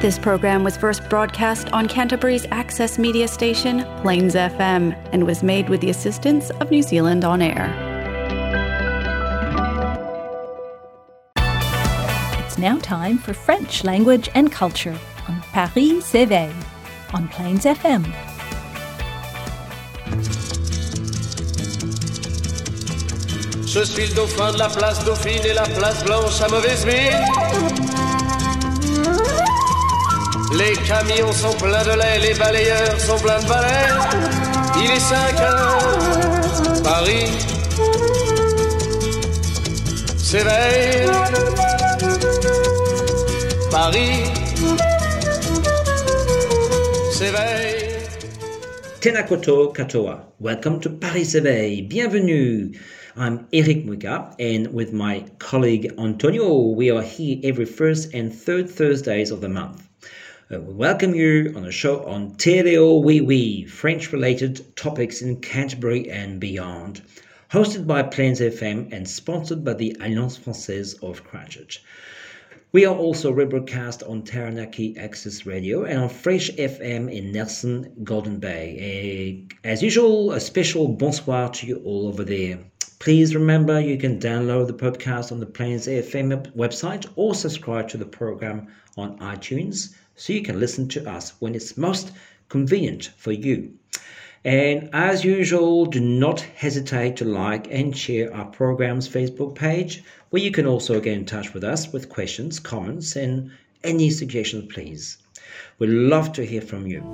This program was first broadcast on Canterbury's access media station, Plains FM, and was made with the assistance of New Zealand On Air. It's now time for French language and culture on Paris s'éveille on Plains FM. Je suis le dauphin de la place Dauphine et la place Blanche à mauvaise mine. Les camions sont pleins de lait, les balayeurs sont pleins de balais. Il est 5 heures, Paris s'éveille. Paris s'éveille. Tēnā koutou katoa. Welcome to Paris s'éveille. Bienvenue. I'm Eric Muika, and with my colleague Antonio, we are here every first and third Thursdays of the month. We welcome you on a show on Te Reo Wīwī, French-related topics in Canterbury and beyond, hosted by Plains FM and sponsored by the Alliance Française of Christchurch. We are also rebroadcast on Taranaki Access Radio and on Fresh FM in Nelson, Golden Bay. As usual, a special bonsoir to you all over there. Please remember you can download the podcast on the Plains FM website or subscribe to the program on iTunes so you can listen to us when it's most convenient for you. And as usual, do not hesitate to like and share our program's Facebook page, where you can also get in touch with us with questions, comments, and any suggestions, please. We'd love to hear from you.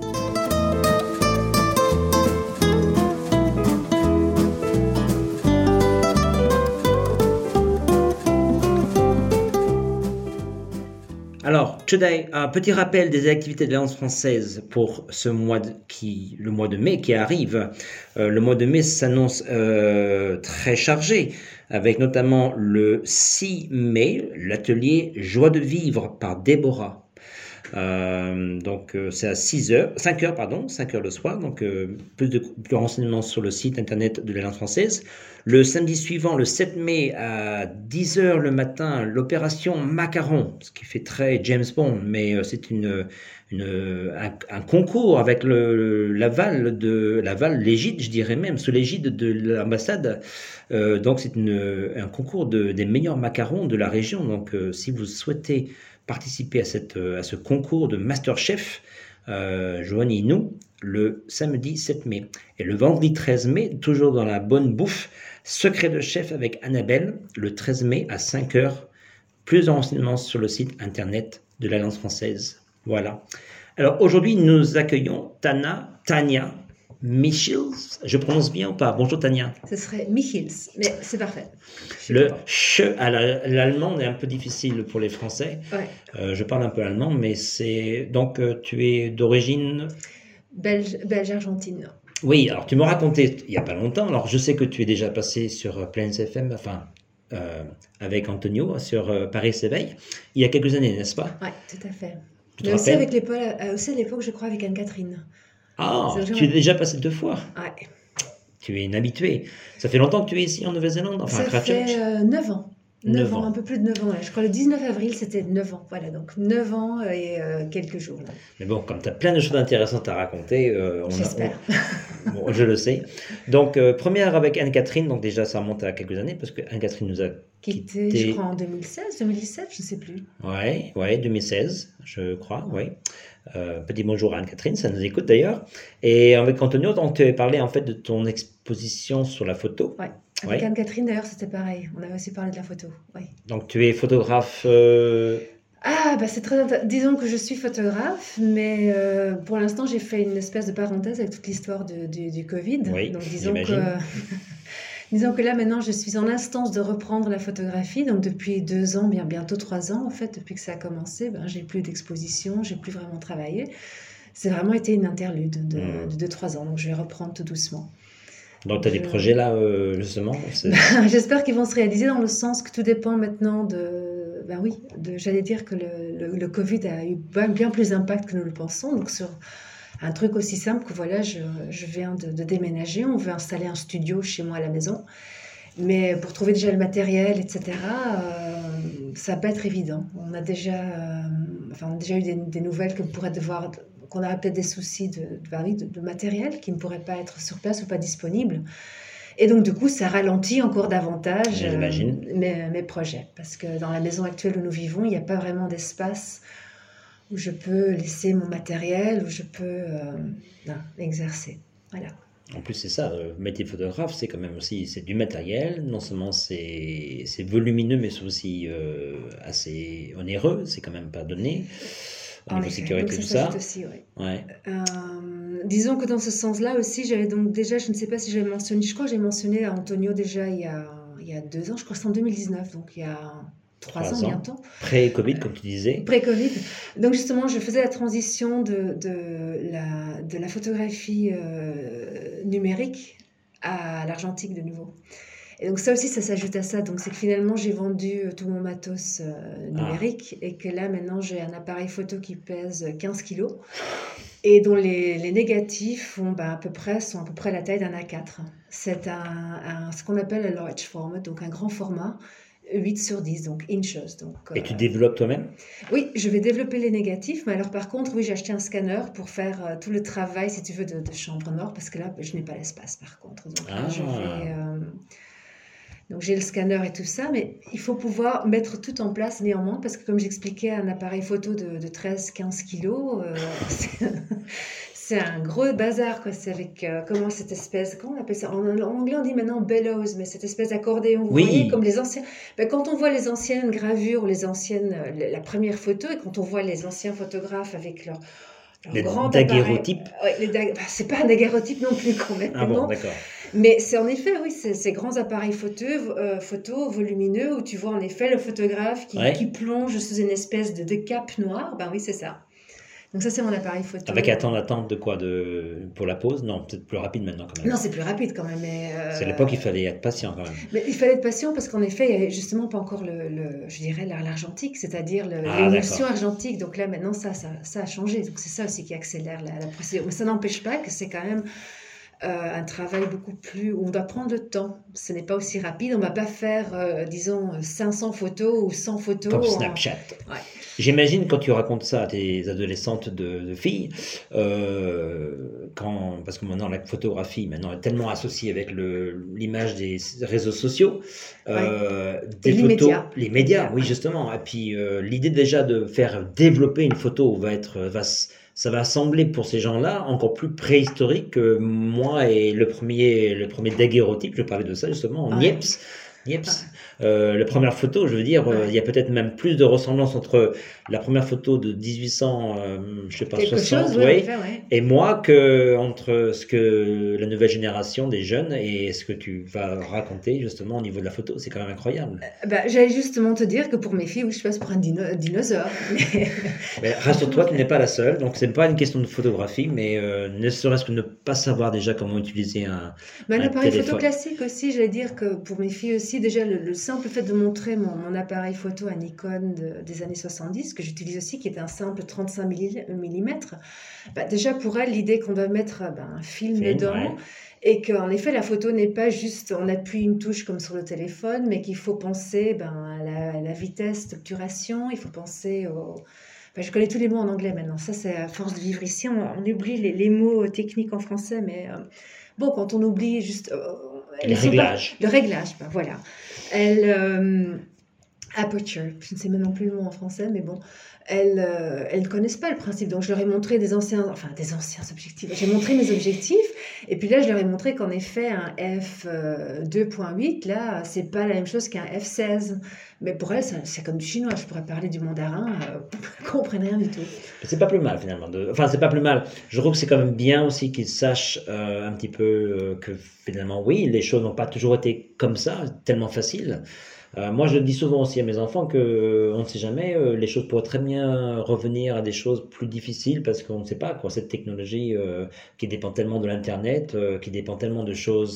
Alors, today, un petit rappel des activités de l'Alliance française pour ce le mois de mai qui arrive. Le mois de mai s'annonce très chargé, avec notamment le 6 mai, l'atelier Joie de vivre par Déborah. Donc c'est à 5 heures le soir, donc plus de renseignements sur le site internet de l'Alliance française. Le samedi suivant, le 7 mai à 10h le matin, l'opération Macaron, ce qui fait très James Bond, mais c'est un concours avec l'aval, l'égide, je dirais même, sous l'égide de l'ambassade. Donc c'est un concours des meilleurs macarons de la région. Donc si vous souhaitez participer à ce concours de Masterchef, joignez-nous le samedi 7 mai. Et le vendredi 13 mai, toujours dans la bonne bouffe, Secret de chef avec Annabelle, le 13 mai à 5h. Plus de renseignements sur le site internet de l'Alliance française. Voilà. Alors aujourd'hui, nous accueillons Tania Michels. Je prononce bien ou pas? Bonjour Tania. Ce serait Michels, mais c'est parfait. Le che à l'allemand est un peu difficile pour les Français. Ouais. Je parle un peu allemand, mais c'est... Donc tu es d'origine... Belge-argentine. Oui, alors tu m'as raconté il n'y a pas longtemps, alors je sais que tu es déjà passé sur Plains FM, avec Antonio, sur Paris s'éveille, il y a quelques années, n'est-ce pas? Oui, tout à fait. Mais aussi à l'époque, je crois, avec Anne-Catherine. Ah, tu es déjà passé 2 fois? Oui. Tu es une habituée. Ça fait longtemps que tu es ici en Nouvelle-Zélande? Ça fait 9 ans. 9 ans, un peu plus de 9 ans. Là. Je crois le 19 avril, c'était 9 ans. Voilà, donc 9 ans et quelques jours. Là. Mais bon, comme tu as plein de choses intéressantes à raconter, j'espère. Bon, je le sais. Donc, première avec Anne-Catherine, donc déjà ça remonte à quelques années, parce que Anne-Catherine nous a quitté... je crois en 2016, 2017, je ne sais plus. Oui, 2016, je crois, oui. Petit bonjour à Anne-Catherine, ça nous écoute d'ailleurs. Et avec Antonio, donc, tu avais parlé en fait de ton exposition sur la photo. Oui. Avec Anne-Catherine, d'ailleurs, c'était pareil. On avait aussi parlé de la photo. Oui. Donc, tu es photographe c'est très intéressant. Disons que je suis photographe, mais pour l'instant, j'ai fait une espèce de parenthèse avec toute l'histoire du Covid. Oui, donc, disons que là, maintenant, je suis en instance de reprendre la photographie. Donc, depuis 2 ans, bientôt 3 ans, en fait, depuis que ça a commencé, j'ai plus d'exposition, j'ai plus vraiment travaillé. C'est vraiment été une interlude de 2-3 ans. Donc, je vais reprendre tout doucement. Donc, tu as des projets là, justement? J'espère qu'ils vont se réaliser dans le sens que tout dépend maintenant j'allais dire que le Covid a eu bien plus d'impact que nous le pensons. Donc, sur un truc aussi simple que voilà, je viens de déménager, on veut installer un studio chez moi à la maison. Mais pour trouver déjà le matériel, etc., ça va pas être évident. On a déjà on a déjà eu des nouvelles qu'on aurait peut-être des soucis de matériel qui ne pourrait pas être sur place ou pas disponible. Et donc, du coup, ça ralentit encore davantage mes projets. Parce que dans la maison actuelle où nous vivons, il n'y a pas vraiment d'espace où je peux laisser mon matériel, où je peux exercer. Voilà. En plus, c'est ça, le métier de photographe, c'est quand même aussi, c'est du matériel. Non seulement c'est volumineux, mais c'est aussi assez onéreux. C'est quand même pas donné. Au niveau sécurité, tout ça. Aussi, oui. Ouais. Disons que dans ce sens-là aussi, j'avais donc déjà, je ne sais pas si j'avais mentionné, je crois que j'ai mentionné à Antonio déjà il y a 2 ans, je crois que c'est en 2019, donc il y a 3 ans bientôt. Pré-Covid, comme tu disais. Pré-Covid. Donc justement, je faisais la transition de la photographie numérique à l'argentique de nouveau. Et donc ça aussi, ça s'ajoute à ça. Donc c'est que finalement, j'ai vendu tout mon matos numérique et que là, maintenant, j'ai un appareil photo qui pèse 15 kilos et dont les négatifs sont à peu près la taille d'un A4. C'est ce qu'on appelle un large format, donc un grand format, 8/10, donc inches. Donc, et tu développes toi-même? Oui, je vais développer les négatifs, mais alors par contre, oui, j'ai acheté un scanner pour faire tout le travail, si tu veux, de chambre noire, parce que là, je n'ai pas l'espace par contre. Donc là, je vais... Donc j'ai le scanner et tout ça, mais il faut pouvoir mettre tout en place néanmoins, parce que comme j'expliquais, un appareil photo de 13-15 kilos, c'est un gros bazar, quoi. C'est avec comment on appelle ça? En anglais on dit maintenant bellows, mais cette espèce d'accordéon, vous voyez, comme les anciens. Quand on voit les anciennes gravures, la première photo, et quand on voit les anciens photographes avec leur grand daguerreotype. C'est pas un daguerreotype non plus quand même. Ah bon, d'accord. Mais c'est en effet, oui, ces grands appareils photo volumineux où tu vois en effet le photographe qui plonge sous une espèce de cape noire. Ben oui, c'est ça. Donc ça, c'est mon appareil photo. Avec un temps d'attente de quoi pour la pause? Non, peut-être plus rapide maintenant quand même. Non, c'est plus rapide quand même. Mais c'est à l'époque, il fallait être patient quand même. Mais il fallait être patient parce qu'en effet, il n'y avait justement pas encore je dirais l'argentique, c'est-à-dire l'émulsion argentique. Donc là, maintenant, ça a changé. Donc c'est ça aussi qui accélère la procédure. Mais ça n'empêche pas que c'est quand même un travail beaucoup plus... où on doit prendre le temps. Ce n'est pas aussi rapide. On ne va pas faire, disons, 500 photos ou 100 photos. Comme Snapchat. Ouais. J'imagine quand tu racontes ça à tes adolescentes de filles, parce que maintenant la photographie maintenant est tellement associée avec l'image des réseaux sociaux, des photos, les médias, oui justement. Et puis l'idée déjà de faire développer une photo ça va sembler pour ces gens-là encore plus préhistorique que moi et le premier daguerreotype. Je parlais de ça justement en Niepce. La première photo, je veux dire, il y a peut-être même plus de ressemblance entre la première photo de 1800, je sais pas, 60, et moi que entre ce que la nouvelle génération des jeunes et ce que tu vas raconter justement au niveau de la photo. C'est quand même incroyable. J'allais justement te dire que pour mes filles, je passe pour un dinosaure. Mais rassure-toi, tu n'es pas la seule. Donc c'est pas une question de photographie, mais ne serait-ce que ne pas savoir déjà comment utiliser un appareil photo classique aussi. J'allais dire que pour mes filles aussi, déjà le simple fait de montrer mon appareil photo à Nikon des années 70, que j'utilise aussi, qui est un simple 35 mm, déjà pour elle, l'idée qu'on doit mettre un film dedans, et qu'en effet, la photo n'est pas juste, on appuie une touche comme sur le téléphone, mais qu'il faut penser à la vitesse d'obturation, il faut penser je connais tous les mots en anglais maintenant, ça c'est à force de vivre ici, on oublie les mots techniques en français, mais quand on oublie juste... le réglage. Le réglage, voilà. Aperture, je ne sais même plus le mot en français, mais bon, elles ne connaissent pas le principe. Donc, je leur ai montré des anciens objectifs. J'ai montré mes objectifs, et puis là, je leur ai montré qu'en effet, un f2.8, là, c'est pas la même chose qu'un f16. Mais pour elles, c'est comme du chinois. Je pourrais parler du mandarin, elles ne comprennent rien du tout. C'est pas plus mal, finalement. C'est pas plus mal. Je trouve que c'est quand même bien aussi qu'ils sachent un petit peu que finalement, oui, les choses n'ont pas toujours été comme ça, tellement faciles. Moi, je dis souvent aussi à mes enfants que on ne sait jamais, les choses pourraient très bien revenir à des choses plus difficiles parce qu'on ne sait pas quoi. Cette technologie qui dépend tellement de l'internet, qui dépend tellement de choses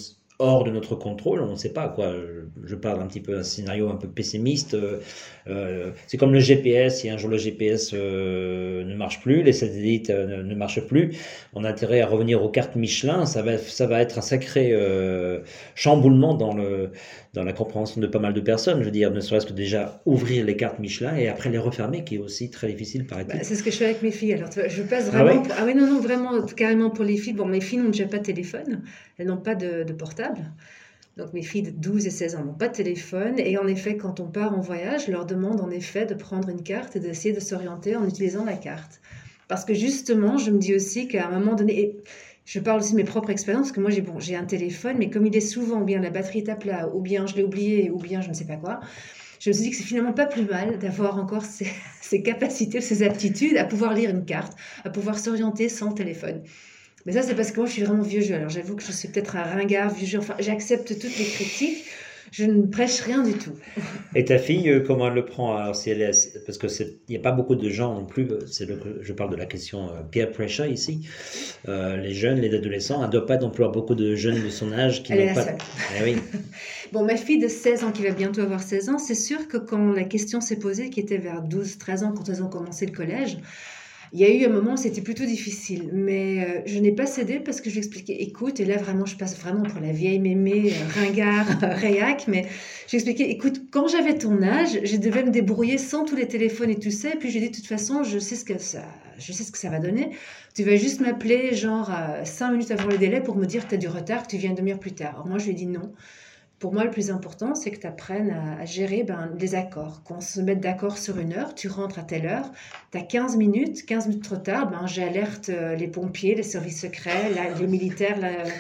hors de notre contrôle, on ne sait pas quoi. Je parle un petit peu d'un scénario un peu pessimiste. C'est comme le GPS, si un jour le GPS ne marche plus, les satellites ne marchent plus, on a intérêt à revenir aux cartes Michelin, ça va être un sacré chamboulement dans la compréhension de pas mal de personnes, je veux dire, ne serait-ce que déjà ouvrir les cartes Michelin et après les refermer, qui est aussi très difficile, paraît-il. C'est ce que je fais avec mes filles. Alors, je passe vraiment... Ah oui, non, vraiment, carrément pour les filles. Bon, mes filles n'ont déjà pas de téléphone, elles n'ont pas de portable. Donc mes filles de 12 et 16 ans n'ont pas de téléphone. Et en effet, quand on part en voyage, je leur demande en effet de prendre une carte et d'essayer de s'orienter en utilisant la carte. Parce que justement, je me dis aussi qu'à un moment donné... Et je parle aussi de mes propres expériences, parce que moi j'ai un téléphone, mais comme il est souvent, ou bien la batterie est à plat, ou bien je l'ai oublié, ou bien je ne sais pas quoi, je me suis dit que c'est finalement pas plus mal d'avoir encore ces capacités, ces aptitudes à pouvoir lire une carte, à pouvoir s'orienter sans téléphone. Mais ça, c'est parce que moi, je suis vraiment vieux jeu. Alors, j'avoue que je suis peut-être un ringard vieux jeu. Enfin, j'accepte toutes les critiques. Je ne prêche rien du tout. Et ta fille, comment elle le prend? Alors, parce que il n'y a pas beaucoup de gens non plus. Je parle de la question peer pressure ici. Les jeunes, les adolescents, elle ne doit pas non plus avoir beaucoup de jeunes de son âge qui elle n'ont est pas. La seule. Eh oui. Bon, ma fille de 16 ans, qui va bientôt avoir 16 ans, c'est sûr que quand la question s'est posée, qui était vers 12-13 ans, quand elles ont commencé le collège, il y a eu un moment où c'était plutôt difficile, mais je n'ai pas cédé parce que je lui expliquais, écoute, et là vraiment, je passe vraiment pour la vieille mémé, ringard, réac, mais je lui expliquais, écoute, quand j'avais ton âge, je devais me débrouiller sans tous les téléphones et tout ça, et puis je lui ai dit, de toute façon, je sais ce que ça va donner, tu vas juste m'appeler genre 5 minutes avant le délai pour me dire que tu as du retard, que tu viens une demi-heure plus tard. Alors moi, je lui ai dit non. Pour moi, le plus important, c'est que tu apprennes à gérer les accords. Qu'on se mette d'accord sur une heure, tu rentres à telle heure, tu as 15 minutes trop tard, j'alerte les pompiers, les services secrets, les militaires,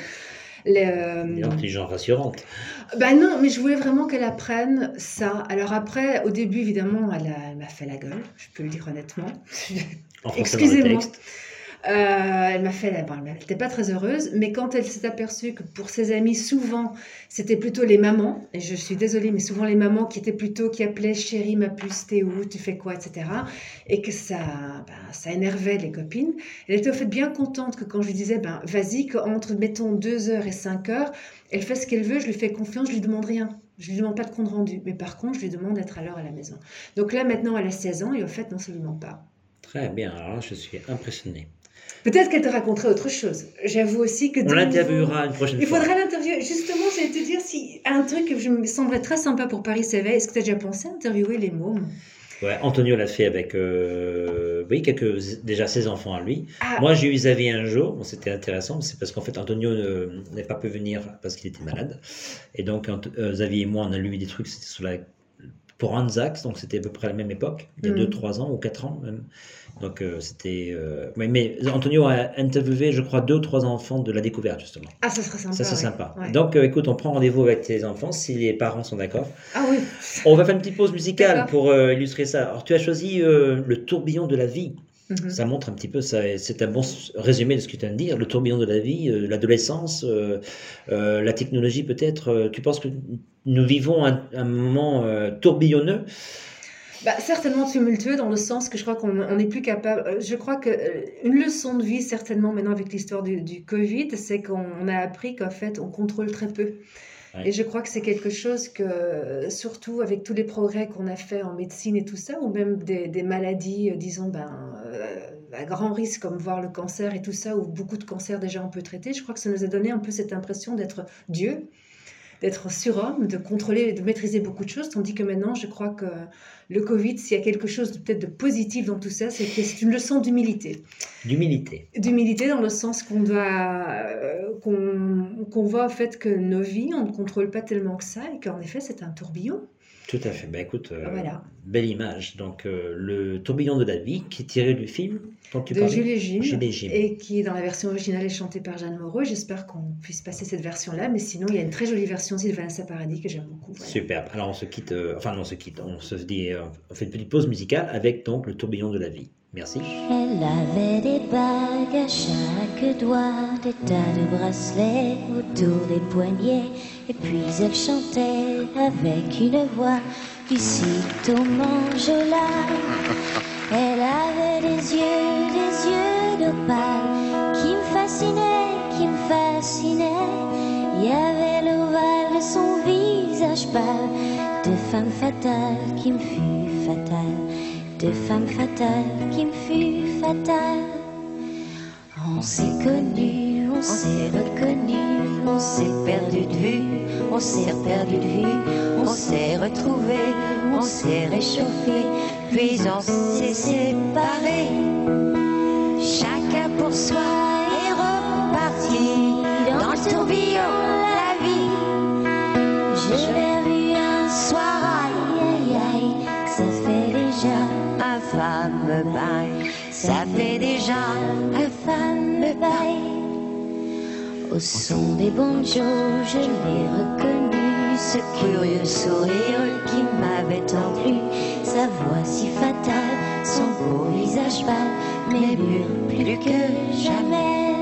Les gens rassurantes. Non, mais je voulais vraiment qu'elle apprenne ça. Alors après, au début, évidemment, elle m'a fait la gueule, je peux le dire honnêtement. Excusez-moi. Elle m'a fait elle n'était pas très heureuse, mais quand elle s'est aperçue que pour ses amis, souvent, c'était plutôt les mamans, et je suis désolée, mais souvent les mamans qui appelaient chérie, ma puce, t'es où, tu fais quoi, etc. Et que ça énervait les copines. Elle était au fait bien contente que quand je lui disais, vas-y, qu'entre, mettons, 2h et 5h, elle fait ce qu'elle veut, je lui fais confiance, je lui demande rien. Je lui demande pas de compte rendu, mais par contre, je lui demande d'être à l'heure à la maison. Donc là, maintenant, elle a 16 ans, et au fait, non seulement pas. Très bien, alors là, je suis impressionné. Peut-être qu'elle te raconterait autre chose. J'avoue aussi que... On l'interviewera une prochaine fois. Il faudrait l'interviewer. Justement, j'allais te dire si un truc que me semblerait très sympa pour Paris s'éveille. Est-ce que tu as déjà pensé à interviewer les mômes? Ouais, Antonio l'a fait avec déjà ses enfants à lui. Moi, j'ai eu Xavier un jour. Bon, c'était intéressant. C'est parce qu'en fait, Antonio n'a pas pu venir parce qu'il était malade. Et donc, Xavier et moi, on a lu des trucs. C'était pour Anzac, donc c'était à peu près à la même époque, il y a 2-3 ans ou 4 ans même. Donc c'était... mais Antonio a interviewé, je crois, 2 ou 3 enfants de la découverte, justement. Ah, ça serait sympa. Ça serait sympa. Ouais. Donc écoute, on prend rendez-vous avec tes enfants, si les parents sont d'accord. Ah oui. On va faire une petite pause musicale pour illustrer ça. Alors tu as choisi Le tourbillon de la vie. Ça montre un petit peu, c'est un bon résumé de ce que tu viens de dire, le tourbillon de la vie, l'adolescence, la technologie peut-être. Tu penses que nous vivons un moment tourbillonneux? Certainement tumultueux dans le sens que je crois qu'on n'est plus capable. Je crois qu'une leçon de vie certainement maintenant avec l'histoire du Covid, c'est qu'on a appris qu'en fait on contrôle très peu. Ouais. Et je crois que c'est quelque chose que, surtout avec tous les progrès qu'on a fait en médecine et tout ça, ou même des maladies, disons, à grand risque, comme voir le cancer et tout ça, où beaucoup de cancers déjà on peut traiter, je crois que ça nous a donné un peu cette impression d'être Dieu, d'être surhomme, de contrôler, de maîtriser beaucoup de choses, tandis que maintenant, je crois que le Covid, s'il y a quelque chose peut-être de positif dans tout ça, c'est que c'est une leçon d'humilité. D'humilité dans le sens qu'on voit en fait que nos vies, on ne contrôle pas tellement que ça, et qu'en effet, c'est un tourbillon. Tout à fait. Écoute, belle image. Donc, le tourbillon de la vie, qui est tiré du film dont tu parlais. Jules et Jim, et qui, dans la version originale, est chanté par Jeanne Moreau. J'espère qu'on puisse passer cette version-là, mais sinon, il y a une très jolie version aussi de Vanessa Paradis que j'aime beaucoup. Voilà. Superbe. Alors, on se quitte, on se dit, on fait une petite pause musicale avec donc le tourbillon de la vie. Merci. Elle avait des bagues à chaque doigt, des tas de bracelets autour des poignets, et puis elle chantait avec une voix du site au Manjola. Elle avait des yeux d'opale qui me fascinaient, Il y avait le visage pâle, de femme fatale qui me fut fatale, de femme fatale qui me fut fatale. On s'est connus, on s'est reconnus, on s'est perdu de vue, on s'est perdu de vue, on s'est retrouvés, on s'est réchauffé, puis on s'est séparés. Chacun pour soi est reparti dans le tourbillon de la vie. Je l'ai vu un soir, aïe aïe aïe, ça fait déjà un fameux bail, ça fait déjà un fameux bail. Au son des banjos, je l'ai reconnu, ce curieux sourire qui m'avait tant plu, sa voix si fatale, son beau visage pâle, mais mûr plus que jamais.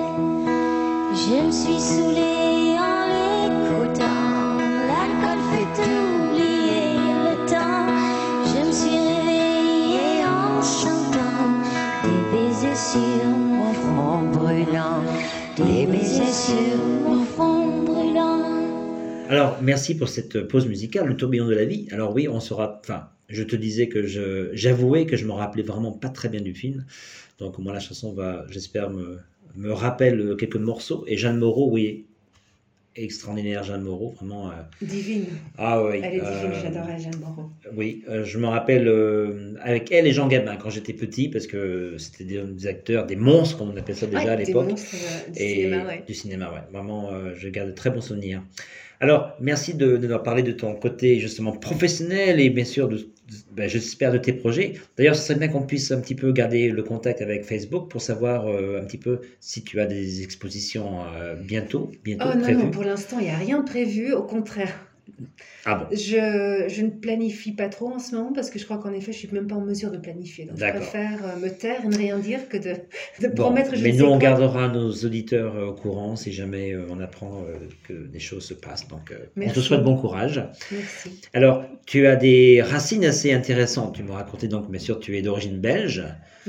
Je me suis saoulée en l'écoutant, l'alcool fait oublier le temps. Je me suis réveillée en chantant, des baisers sur mon front brûlant, des baisers sur mon front brûlant. Alors, merci pour cette pause musicale, le tourbillon de la vie. Alors oui, je te disais que j'avouais que je me rappelais vraiment pas très bien du film. Donc moi, la chanson j'espère, me rappelle quelques morceaux. Et Jeanne Moreau, oui, extraordinaire Jeanne Moreau, vraiment. Divine. Ah oui. Elle est divine, j'adorais Jeanne Moreau. Oui, je me rappelle avec elle et Jean Gabin quand j'étais petit, parce que c'était des acteurs, des monstres, comme on appelait ça déjà à l'époque. Des monstres du cinéma, ouais. Du cinéma, ouais. Vraiment, je garde de très bons souvenirs. Alors, merci de nous parler de ton côté justement professionnel et bien sûr, j'espère, de tes projets. D'ailleurs, ce serait bien qu'on puisse un petit peu garder le contact avec Facebook pour savoir un petit peu si tu as des expositions bientôt prévues. Non, pour l'instant, il n'y a rien de prévu, au contraire. Ah bon. Je ne planifie pas trop en ce moment parce que je crois qu'en effet, je ne suis même pas en mesure de planifier. Donc, je préfère me taire et ne rien dire que de promettre. Mais nous, on gardera nos auditeurs au courant si jamais on apprend que des choses se passent. Donc, on te souhaite bon courage. Merci. Alors, tu as des racines assez intéressantes. Tu m'as raconté donc, bien sûr, tu es d'origine belge,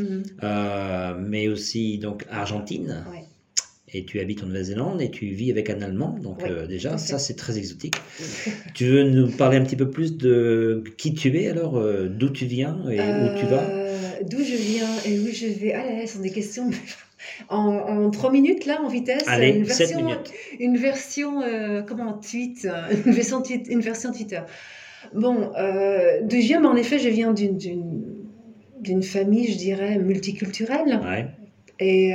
mais aussi donc argentine. Ouais. Et tu habites en Nouvelle-Zélande et tu vis avec un Allemand, donc déjà, ça c'est très exotique. Oui. Tu veux nous parler un petit peu plus de qui tu es alors, d'où tu viens et où tu vas? D'où je viens et où je vais. Ah là là, ce sont des questions en 3 minutes là, en vitesse. Allez, 7 minutes. Une version, tweet, une version Twitter. Bon, d'où je viens, en effet, je viens d'une famille, je dirais, multiculturelle. Ouais. Et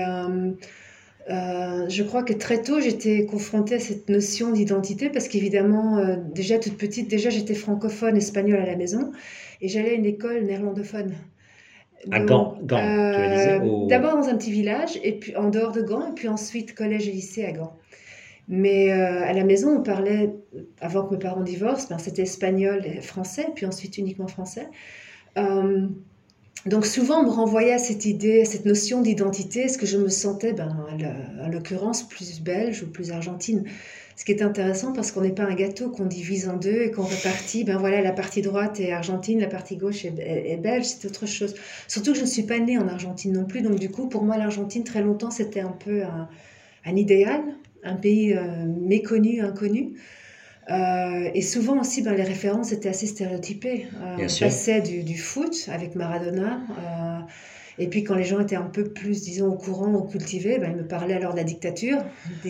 je crois que très tôt, j'étais confrontée à cette notion d'identité parce qu'évidemment, déjà toute petite, j'étais francophone, espagnole à la maison et j'allais à une école néerlandophone. À Gand, tu me disais D'abord dans un petit village, et puis en dehors de Gand, et puis ensuite collège et lycée à Gand. Mais à la maison, on parlait, avant que mes parents divorcent, c'était espagnol et français, puis ensuite uniquement français. Donc souvent, on me renvoyait à cette idée, à cette notion d'identité. Est-ce que je me sentais, en l'occurrence, plus belge ou plus argentine? Ce qui est intéressant parce qu'on n'est pas un gâteau qu'on divise en deux et qu'on répartit. La partie droite est argentine, la partie gauche est belge, c'est autre chose. Surtout que je ne suis pas née en Argentine non plus. Donc du coup, pour moi, l'Argentine, très longtemps, c'était un peu un idéal, un pays méconnu, inconnu. Et souvent aussi, les références étaient assez stéréotypées. On passait du foot avec Maradona, et puis quand les gens étaient un peu plus, disons, au courant ou cultivés, ils me parlaient alors de la dictature,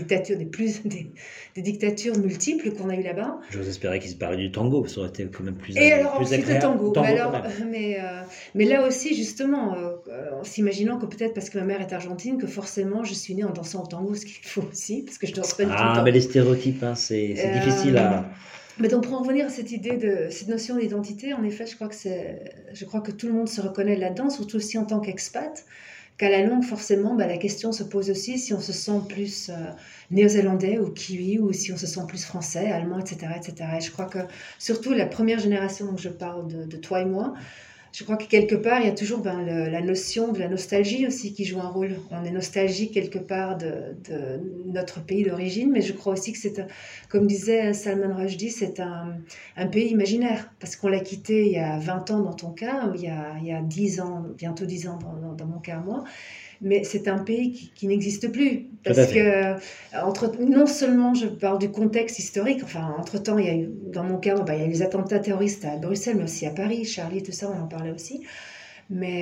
des dictatures multiples qu'on a eues là-bas. J'ose espérer qu'ils se parlaient du tango, ça aurait été quand même plus agréable. Et alors plus ensuite le tango. Mais là aussi, justement, en s'imaginant que peut-être parce que ma mère est argentine, que forcément je suis née en dansant au tango, ce qu'il faut aussi, parce que je danse pas du tout le temps. Mais les stéréotypes, c'est difficile à... Mais donc, pour en revenir à cette idée cette notion d'identité, en effet, je crois que tout le monde se reconnaît là-dedans, surtout aussi en tant qu'expat, qu'à la longue, forcément, la question se pose aussi si on se sent plus néo-zélandais ou kiwi, ou si on se sent plus français, allemand, etc., etc. Et je crois que, surtout la première génération dont je parle de toi et moi, je crois que quelque part, il y a toujours la notion de la nostalgie aussi qui joue un rôle. On est nostalgique quelque part de notre pays d'origine, mais je crois aussi que c'est, comme disait Salman Rushdie, c'est un pays imaginaire, parce qu'on l'a quitté il y a 20 ans dans ton cas, il y a 10 ans, bientôt 10 ans dans mon cas à moi. mais c'est un pays qui n'existe plus. Tout à Parce fait. que, non seulement je parle du contexte historique, enfin, entre-temps, il y a eu, dans mon cas, il y a eu les attentats terroristes à Bruxelles, mais aussi à Paris, Charlie, tout ça, on en parlait aussi. Mais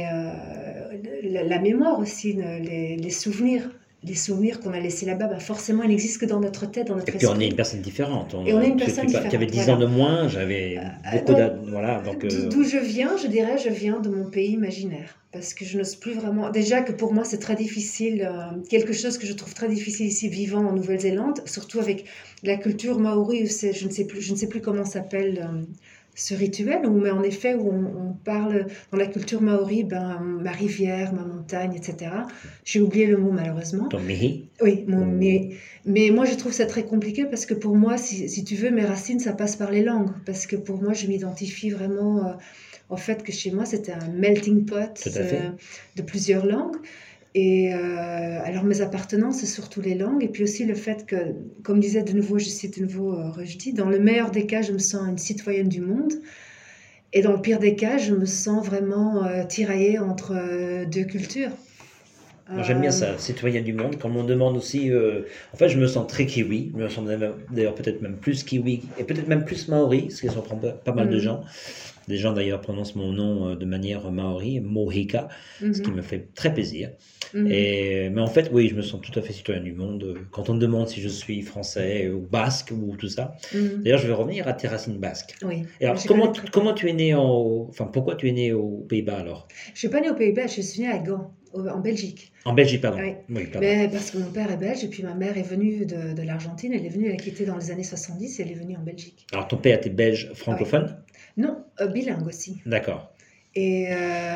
la mémoire aussi, les souvenirs qu'on a laissés là-bas, forcément, ils n'existent que dans notre tête, dans notre Et puis on esprit. est une personne différente. Et on est une personne Tu avais différente, 10 ans voilà. de moins, j'avais beaucoup voilà, donc, D'où je viens, je dirais, je viens de mon pays imaginaire. Parce que je n'ose plus vraiment... Déjà que pour moi, c'est très difficile, quelque chose que je trouve très difficile ici, vivant en Nouvelle-Zélande, surtout avec la culture maori, où je ne sais plus comment s'appelle ce rituel, mais en effet, où on parle, dans la culture maori, ma rivière, ma montagne, etc. J'ai oublié le mot, malheureusement. ton mihi. Oui, mais moi je trouve ça très compliqué parce que pour moi, si tu veux, mes racines, ça passe par les langues. Parce que pour moi, je m'identifie vraiment au fait que chez moi, c'était un melting pot Tout à fait. de plusieurs langues. Et alors mes appartenances, c'est surtout les langues. Et puis aussi le fait que, comme disait de nouveau, je cite de nouveau Rushdie, dans le meilleur des cas, je me sens une citoyenne du monde. Et dans le pire des cas, je me sens vraiment tiraillée entre deux cultures. Moi, j'aime bien ça, citoyen du monde. Quand on me demande aussi, en fait, je me sens très kiwi. Je me sens d'ailleurs peut-être même plus kiwi et peut-être même plus maori, ce qui surprend pas mal de gens. Des gens d'ailleurs prononcent mon nom de manière maori, Mohika, ce qui me fait très plaisir. Mais en fait, oui, je me sens tout à fait citoyen du monde. Quand on me demande si je suis français ou basque ou tout ça. D'ailleurs, je vais revenir à tes racines basques. Oui. Et alors, comment tu es né enfin, pourquoi tu es né aux Pays-Bas alors? Je ne suis pas née aux Pays-Bas, je suis née à Gand, en Belgique. En Belgique, pardon. Oui. Oui, pardon. Mais parce que mon père est belge et puis ma mère est venue de l'Argentine. Elle a quitté dans les années 70 et elle est venue en Belgique. Alors, ton père était belge francophone? Non, bilingue aussi. D'accord. Et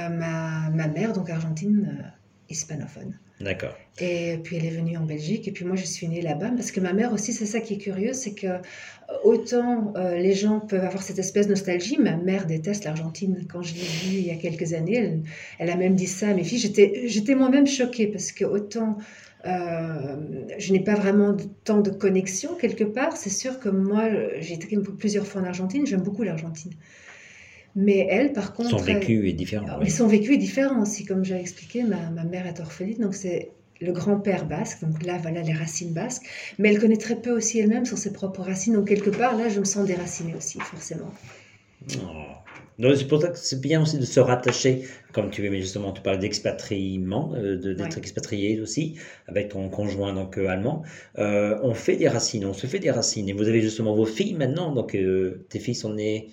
ma mère, donc argentine, hispanophone. D'accord. Et puis elle est venue en Belgique et puis moi je suis née là-bas parce que ma mère aussi, c'est ça qui est curieux, c'est que autant les gens peuvent avoir cette espèce de nostalgie, ma mère déteste l'Argentine. Quand je l'ai vue il y a quelques années, elle a même dit ça à mes filles. J'étais moi-même choquée parce que autant je n'ai pas vraiment tant de connexion quelque part. C'est sûr que moi j'ai été plusieurs fois en Argentine, j'aime beaucoup l'Argentine. Mais elle, par contre... Son vécu est différent. Mais son vécu est différent aussi, comme j'ai expliqué. Ma mère est orpheline, donc c'est le grand-père basque. Donc là, voilà les racines basques. Mais elle connaît très peu aussi elle-même sur ses propres racines. Donc quelque part, là, je me sens déracinée aussi, forcément. Oh. Donc c'est pour ça que c'est bien aussi de se rattacher, comme tu aimais justement, tu parles d'expatriement, d'être expatrié aussi, avec ton conjoint donc allemand. On fait des racines, on se fait des racines. Et vous avez justement vos filles maintenant, donc tes filles sont nées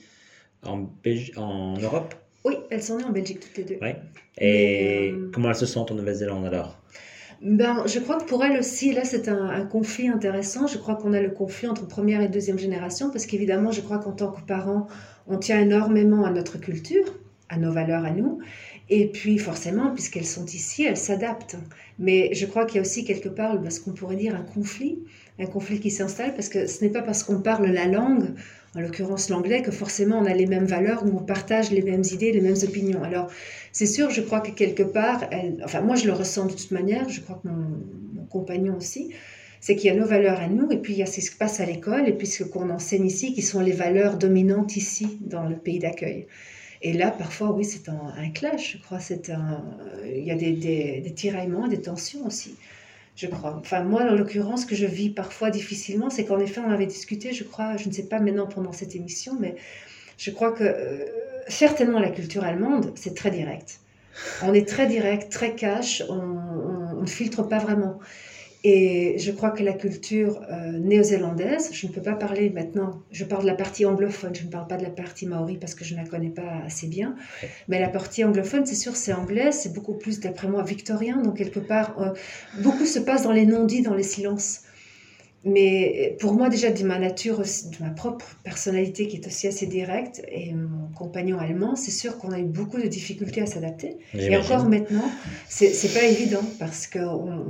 en Europe? Oui, elles sont nées en Belgique toutes les deux. Ouais. Et comment elles se sentent en Nouvelle-Zélande alors? Je crois que pour elles aussi, là, c'est un conflit intéressant. Je crois qu'on a le conflit entre première et deuxième génération, parce qu'évidemment, je crois qu'en tant que parents, on tient énormément à notre culture, à nos valeurs à nous. Et puis, forcément, puisqu'elles sont ici, elles s'adaptent. Mais je crois qu'il y a aussi quelque part ce qu'on pourrait dire un conflit qui s'installe, parce que ce n'est pas parce qu'on parle la langue, en l'occurrence l'anglais, que forcément on a les mêmes valeurs ou on partage les mêmes idées, les mêmes opinions. Alors, c'est sûr, je crois que quelque part, enfin moi je le ressens de toute manière, je crois que mon compagnon aussi, c'est qu'il y a nos valeurs à nous, et puis il y a ce qui se passe à l'école, et puis ce qu'on enseigne ici, qui sont les valeurs dominantes ici, dans le pays d'accueil. Et là, parfois, oui, c'est un clash, je crois, il y a des tiraillements, des tensions aussi. Je crois. Enfin, moi, en l'occurrence, ce que je vis parfois difficilement, c'est qu'en effet, on avait discuté, je crois, je ne sais pas maintenant pendant cette émission, mais je crois que certainement la culture allemande, c'est très direct. On est très direct, très cash, on ne filtre pas vraiment. Et je crois que la culture néo-zélandaise, je ne peux pas parler maintenant, je parle de la partie anglophone, je ne parle pas de la partie maori parce que je ne la connais pas assez bien, mais la partie anglophone, c'est sûr, c'est anglais, c'est beaucoup plus, d'après moi, victorien, donc quelque part, beaucoup se passe dans les non-dits, dans les silences. Mais pour moi, déjà, de ma nature, de ma propre personnalité qui est aussi assez directe, et mon compagnon allemand, c'est sûr qu'on a eu beaucoup de difficultés à s'adapter. J'imagine. Et encore maintenant, c'est pas évident parce que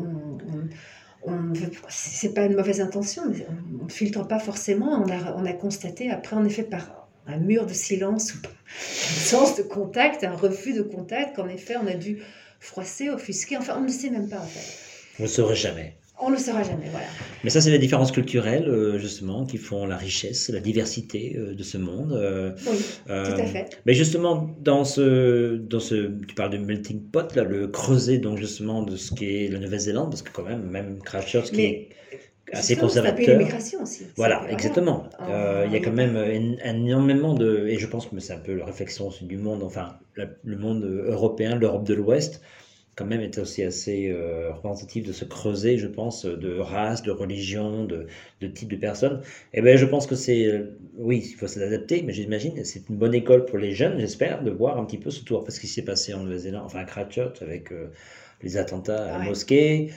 c'est pas une mauvaise intention, mais on ne filtre pas forcément. On a constaté après, en effet, par un mur de silence ou un sens de contact, un refus de contact, qu'en effet, on a dû froisser, offusquer. Enfin, on ne sait même pas en fait. Vous ne saurez jamais. On ne le saura jamais, voilà. Mais ça, c'est les différences culturelles, justement, qui font la richesse, la diversité de ce monde. Oui, tout à fait. Mais justement, dans ce, tu parles de melting pot, là, le creuset, donc justement, de ce qu'est la Nouvelle-Zélande, parce que quand même Christchurch, qui est assez conservateur. C'est un pays d'immigration aussi. Voilà, exactement. Il y a quand même énormément de... Et je pense que c'est un peu la réflexion aussi du monde, enfin, le monde européen, l'Europe de l'Ouest, quand même est aussi assez représentatif de ce creuset, je pense, de race, de religion, de type de personnes. Et bien, je pense que c'est... oui, il faut s'adapter, mais j'imagine c'est une bonne école pour les jeunes, j'espère, de voir un petit peu ce tour, parce qu'il s'est passé en Nouvelle-Zélande, enfin à Christchurch, avec les attentats à la mosquée,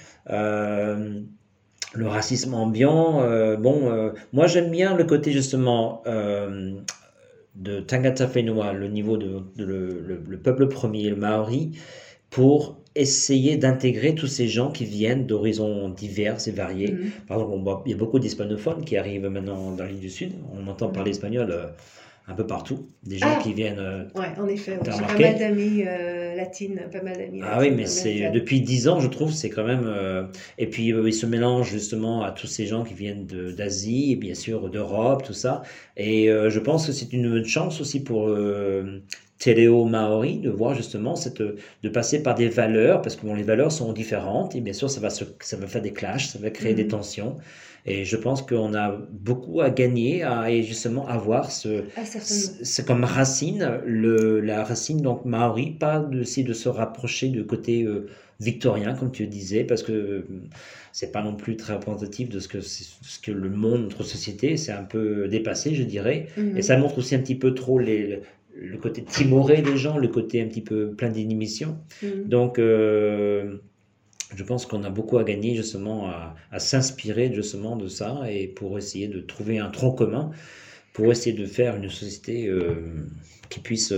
le racisme ambiant. Moi, j'aime bien le côté, justement... de Tangata Whenua, le niveau le peuple premier, le Maori, pour essayer d'intégrer tous ces gens qui viennent d'horizons divers et variés. Par exemple, il y a beaucoup d'hispanophones qui arrivent maintenant dans l'île du Sud. On entend parler espagnol un peu partout. Des gens qui viennent... Oui, en effet. J'ai pas mal d'amis latines, pas mal d'amis. Ah oui, mais c'est depuis 10 ans, je trouve, c'est quand même... et puis, ils se mélangent justement à tous ces gens qui viennent d'Asie, et bien sûr d'Europe, tout ça. Et je pense que c'est une chance aussi pour... Téléo Maori, de voir justement de passer par des valeurs, parce que les valeurs sont différentes, et bien sûr ça va faire des clashs, ça va créer des tensions, et je pense qu'on a beaucoup à gagner et justement avoir c'est comme racine, la racine donc Maori, pas d'essayer de se rapprocher du côté victorien, comme tu le disais, parce que c'est pas non plus très représentatif de ce que le monde, notre société, c'est un peu dépassé, je dirais, et ça montre aussi un petit peu trop le côté timoré des gens, le côté un petit peu plein d'inhibition. Donc, je pense qu'on a beaucoup à gagner justement à s'inspirer justement de ça et pour essayer de trouver un tronc commun, pour essayer de faire une société qui puisse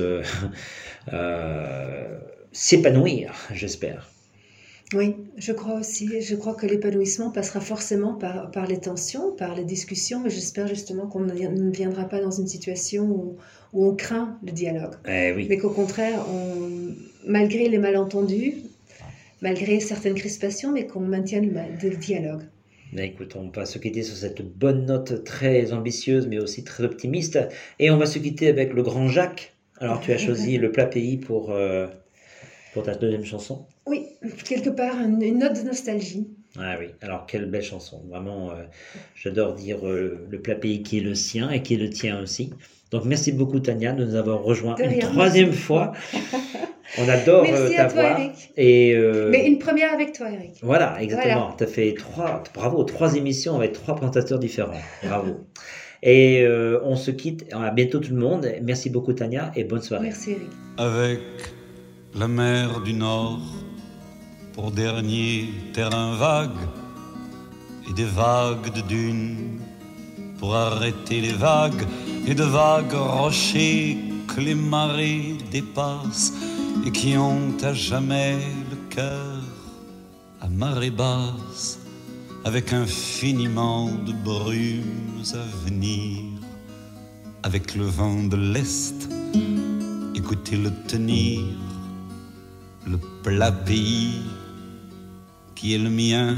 s'épanouir, j'espère. Oui, je crois aussi. Je crois que l'épanouissement passera forcément par les tensions, par les discussions, mais j'espère justement qu'on ne viendra pas dans une situation où on craint le dialogue. Oui. Mais qu'au contraire, malgré les malentendus, malgré certaines crispations, mais qu'on maintienne le dialogue. Mais écoute, on va se quitter sur cette bonne note très ambitieuse, mais aussi très optimiste. Et on va se quitter avec le grand Jacques. Alors, tu as choisi le plat pays pour ta deuxième chanson. Oui, quelque part, une note de nostalgie. Ah oui, alors quelle belle chanson. Vraiment, j'adore dire le plat pays qui est le sien et qui est le tien aussi. Donc merci beaucoup Tania de nous avoir rejoints une troisième fois. On adore ta voix. Eric. Et mais une première avec toi, Eric. Voilà, exactement. Tu as fait trois émissions avec 3 présentateurs différents. Bravo. Et on se quitte. À bientôt tout le monde. Merci beaucoup Tania et bonne soirée. Merci Eric. Avec la mer du Nord pour dernier terrain vague et des vagues de dunes pour arrêter les vagues et de vagues rochers que les marées dépassent et qui ont à jamais le cœur à marée basse avec infiniment de brumes à venir avec le vent de l'Est écoutez-le tenir le plat pays qui est le mien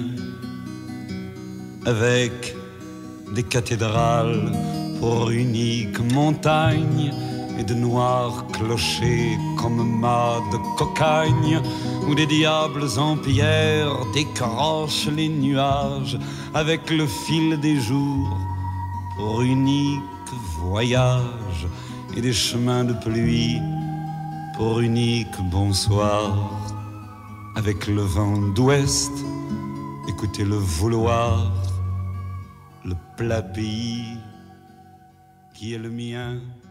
avec des cathédrales pour unique montagne et de noirs clochers comme mâts de cocagne où des diables en pierre décrochent les nuages avec le fil des jours pour unique voyage et des chemins de pluie pour unique bonsoir avec le vent d'ouest écoutez le vouloir le plat pays qui est le mien.